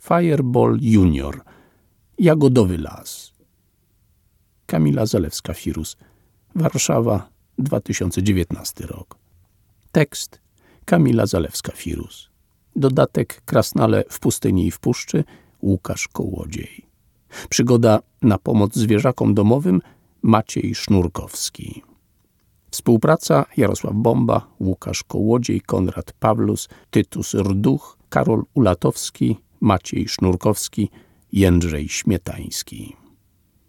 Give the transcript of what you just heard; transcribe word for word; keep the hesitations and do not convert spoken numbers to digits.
Fireball Junior. Jagodowy las. Kamila Zalewska-Firus. Warszawa, dwa tysiące dziewiętnasty rok. Tekst Kamila Zalewska-Firus. Dodatek Krasnale w pustyni i w puszczy Łukasz Kołodziej. Przygoda na pomoc zwierzakom domowym Maciej Sznurkowski. Współpraca Jarosław Bomba, Łukasz Kołodziej, Konrad Pawlus, Tytus Rduch, Karol Ulatowski, Maciej Sznurkowski, Jędrzej Śmietański.